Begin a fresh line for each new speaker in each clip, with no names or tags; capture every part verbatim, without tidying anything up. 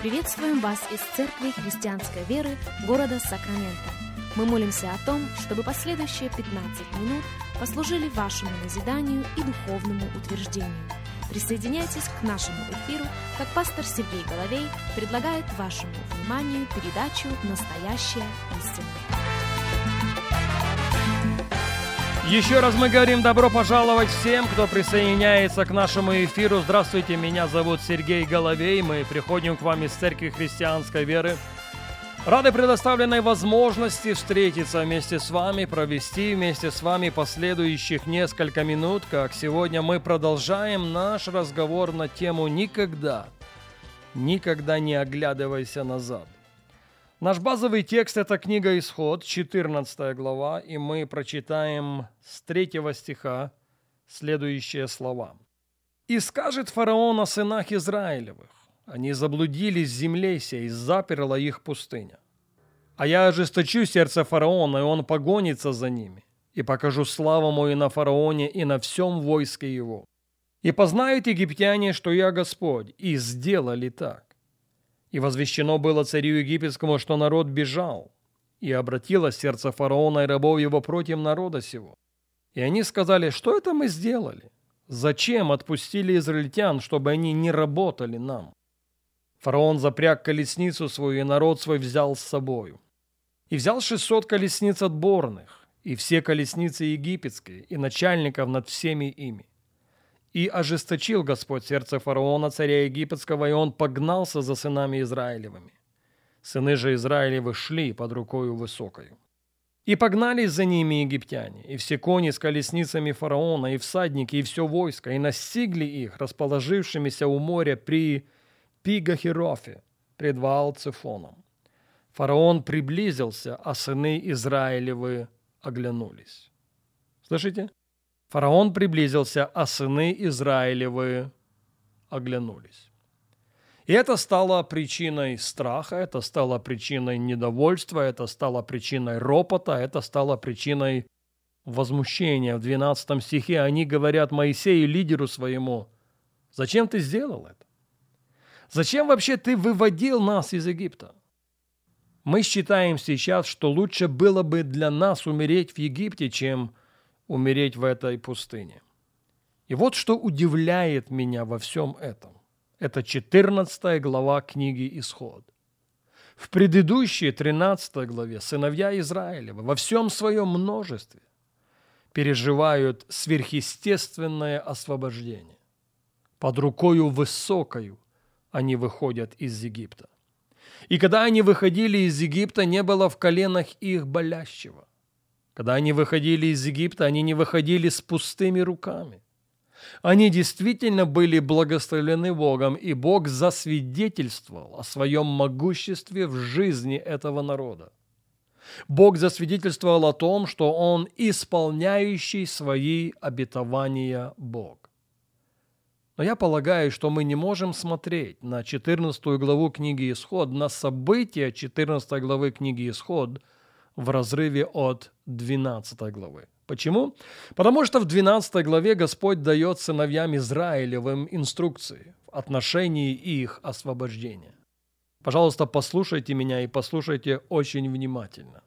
Приветствуем вас из Церкви Христианской Веры города Сакраменто. Мы молимся о том, чтобы последующие пятнадцать минут послужили вашему назиданию и духовному утверждению. Присоединяйтесь к нашему эфиру, как пастор Сергей Головей предлагает вашему вниманию передачу «Настоящая истина».
Еще раз мы говорим добро пожаловать всем, кто присоединяется к нашему эфиру. Здравствуйте, меня зовут Сергей Головей. Мы приходим к вам из Церкви Христианской Веры. Рады предоставленной возможности встретиться вместе с вами, провести вместе с вами последующих несколько минут, как сегодня мы продолжаем наш разговор на тему «Никогда, никогда не оглядывайся назад». Наш базовый текст – это книга Исход, четырнадцатая глава, и мы прочитаем с третьего стиха следующие слова. «И скажет фараон о сынах Израилевых: они заблудились в земле сей, заперла их пустыня. А я ожесточу сердце фараона, и он погонится за ними, и покажу славу мою на фараоне и на всем войске его. И познают египтяне, что я Господь, и сделали так. И возвещено было царю египетскому, что народ бежал, и обратилось сердце фараона и рабов его против народа сего. И они сказали: что это мы сделали? Зачем отпустили израильтян, чтобы они не работали нам? Фараон запряг колесницу свою, и народ свой взял с собою. И взял шестьсот колесниц отборных, и все колесницы египетские, и начальников над всеми ими. И ожесточил Господь сердце фараона, царя египетского, и он погнался за сынами Израилевыми. Сыны же Израилевы шли под рукою высокою. И погнались за ними египтяне, и все кони с колесницами фараона, и всадники, и все войско, и настигли их, расположившимися у моря при Пигахерофе, пред Ваал-Цефоном. Фараон приблизился, а сыны Израилевы оглянулись». Слышите? Фараон приблизился, а сыны Израилевы оглянулись. И это стало причиной страха, это стало причиной недовольства, это стало причиной ропота, это стало причиной возмущения. В двенадцатом стихе они говорят Моисею, лидеру своему: «Зачем ты сделал это? Зачем вообще ты выводил нас из Египта? Мы считаем сейчас, что лучше было бы для нас умереть в Египте, чем умереть в этой пустыне». И вот что удивляет меня во всем этом. Это четырнадцатая глава книги Исход. В предыдущей тринадцатой главе сыновья Израилева во всем своем множестве переживают сверхъестественное освобождение. Под рукою высокою они выходят из Египта. И когда они выходили из Египта, не было в коленах их болящего. Когда они выходили из Египта, они не выходили с пустыми руками. Они действительно были благословлены Богом, и Бог засвидетельствовал о своем могуществе в жизни этого народа. Бог засвидетельствовал о том, что Он исполняющий свои обетования Бог. Но я полагаю, что мы не можем смотреть на четырнадцатую главу книги Исход, на события четырнадцатой главы книги Исход в разрыве от двенадцатой главы. Почему? Потому что в двенадцатой главе Господь дает сыновьям Израилевым инструкции в отношении их освобождения. Пожалуйста, послушайте меня и послушайте очень внимательно.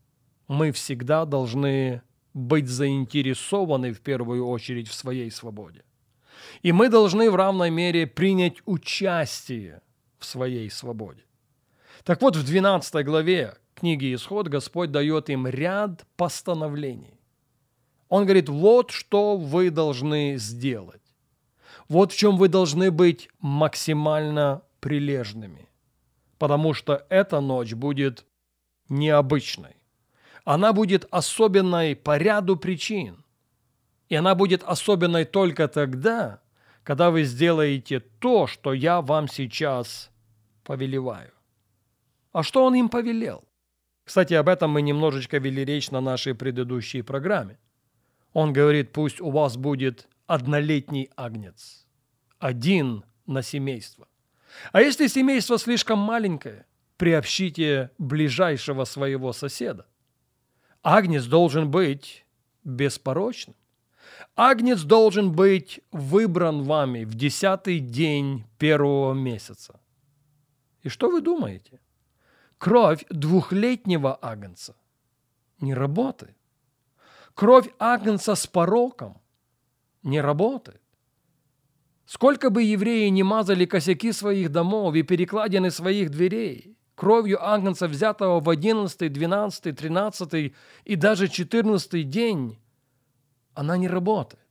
Мы всегда должны быть заинтересованы в первую очередь в своей свободе. И мы должны в равной мере принять участие в своей свободе. Так вот, в двенадцатой главе книги Исход Господь дает им ряд постановлений. Он говорит: вот что вы должны сделать. Вот в чем вы должны быть максимально прилежными. Потому что эта ночь будет необычной. Она будет особенной по ряду причин. И она будет особенной только тогда, когда вы сделаете то, что я вам сейчас повелеваю. А что он им повелел? Кстати, об этом мы немножечко вели речь на нашей предыдущей программе. Он говорит: пусть у вас будет однолетний агнец, один на семейство. А если семейство слишком маленькое, приобщите ближайшего своего соседа. Агнец должен быть беспорочным. Агнец должен быть выбран вами в десятый день первого месяца. И что вы думаете? Кровь двухлетнего агнца не работает. Кровь агнца с пороком не работает. Сколько бы евреи не мазали косяки своих домов и перекладины своих дверей, кровью агнца, взятого в одиннадцатый, двенадцатый, тринадцатый и даже четырнадцатый день, она не работает.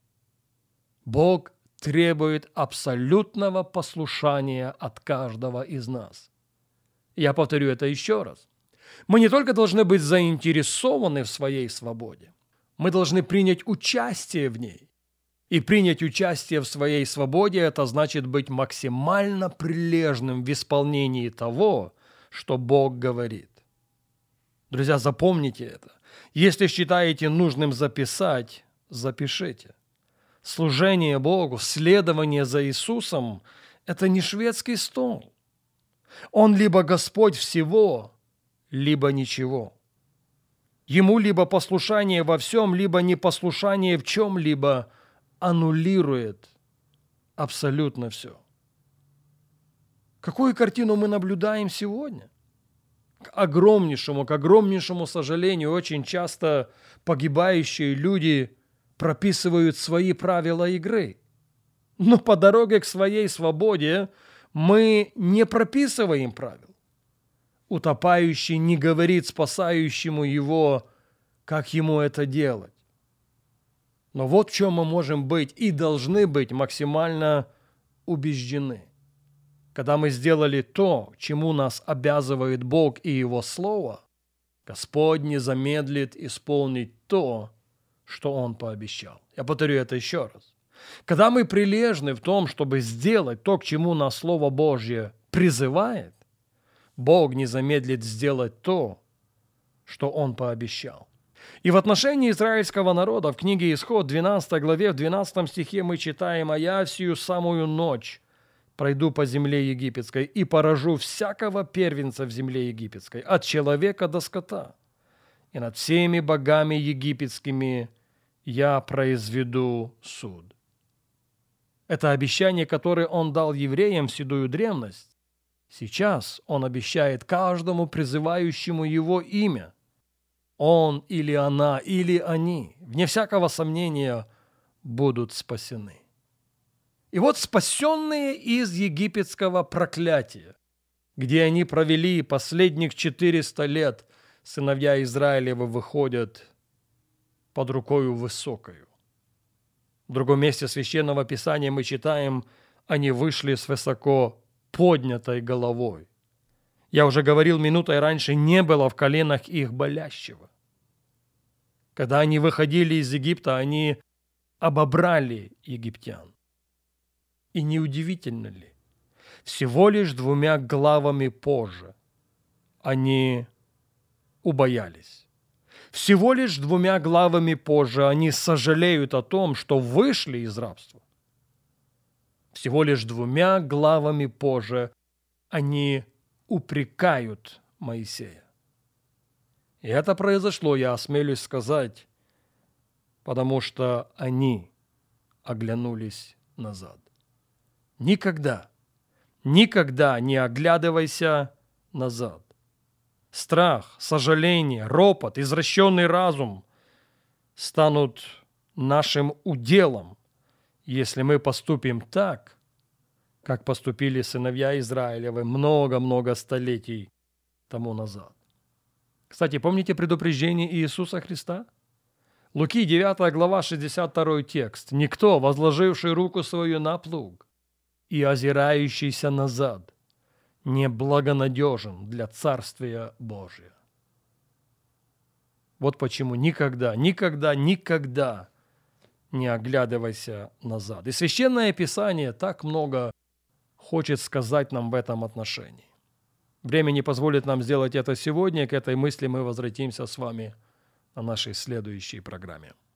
Бог требует абсолютного послушания от каждого из нас. Я повторю это еще раз. Мы не только должны быть заинтересованы в своей свободе, мы должны принять участие в ней. И принять участие в своей свободе – это значит быть максимально прилежным в исполнении того, что Бог говорит. Друзья, запомните это. Если считаете нужным записать, запишите. Служение Богу, следование за Иисусом – это не шведский стол. Он либо Господь всего, либо ничего. Ему либо послушание во всем, либо непослушание в чем-либо аннулирует абсолютно все. Какую картину мы наблюдаем сегодня? К огромнейшему, к огромнейшему сожалению, очень часто погибающие люди прописывают свои правила игры. Но по дороге к своей свободе мы не прописываем правил. Утопающий не говорит спасающему его, как ему это делать. Но вот в чем мы можем быть и должны быть максимально убеждены. Когда мы сделали то, чему нас обязывает Бог и Его Слово, Господь не замедлит исполнить то, что Он пообещал. Я повторю это еще раз. Когда мы прилежны в том, чтобы сделать то, к чему нас Слово Божье призывает, Бог не замедлит сделать то, что Он пообещал. И в отношении израильского народа в книге Исход, двенадцатой главе, в двенадцатом стихе мы читаем: «А я сию самую ночь пройду по земле египетской и поражу всякого первенца в земле египетской, от человека до скота, и над всеми богами египетскими я произведу суд». Это обещание, которое Он дал евреям в седую древность, сейчас Он обещает каждому призывающему Его имя. Он или она, или они, вне всякого сомнения, будут спасены. И вот спасенные из египетского проклятия, где они провели последних четыреста лет, сыновья Израилевы выходят под рукою высокою. В другом месте Священного Писания мы читаем: они вышли с высоко поднятой головой. Я уже говорил минутой раньше, не было в коленах их болящего. Когда они выходили из Египта, они обобрали египтян. И неудивительно ли, всего лишь двумя главами позже они убоялись. Всего лишь двумя главами позже они сожалеют о том, что вышли из рабства. Всего лишь двумя главами позже они упрекают Моисея. И это произошло, я осмелюсь сказать, потому что они оглянулись назад. Никогда, никогда не оглядывайся назад. Страх, сожаление, ропот, извращенный разум станут нашим уделом, если мы поступим так, как поступили сыновья Израилевы много-много столетий тому назад. Кстати, помните предупреждение Иисуса Христа? Луки девятая глава, шестьдесят второй текст. «Никто, возложивший руку свою на плуг и озирающийся назад, не благонадежен для Царствия Божия». Вот почему никогда, никогда, никогда не оглядывайся назад. И Священное Писание так много хочет сказать нам в этом отношении. Время не позволит нам сделать это сегодня, к этой мысли мы возвратимся с вами на нашей следующей программе.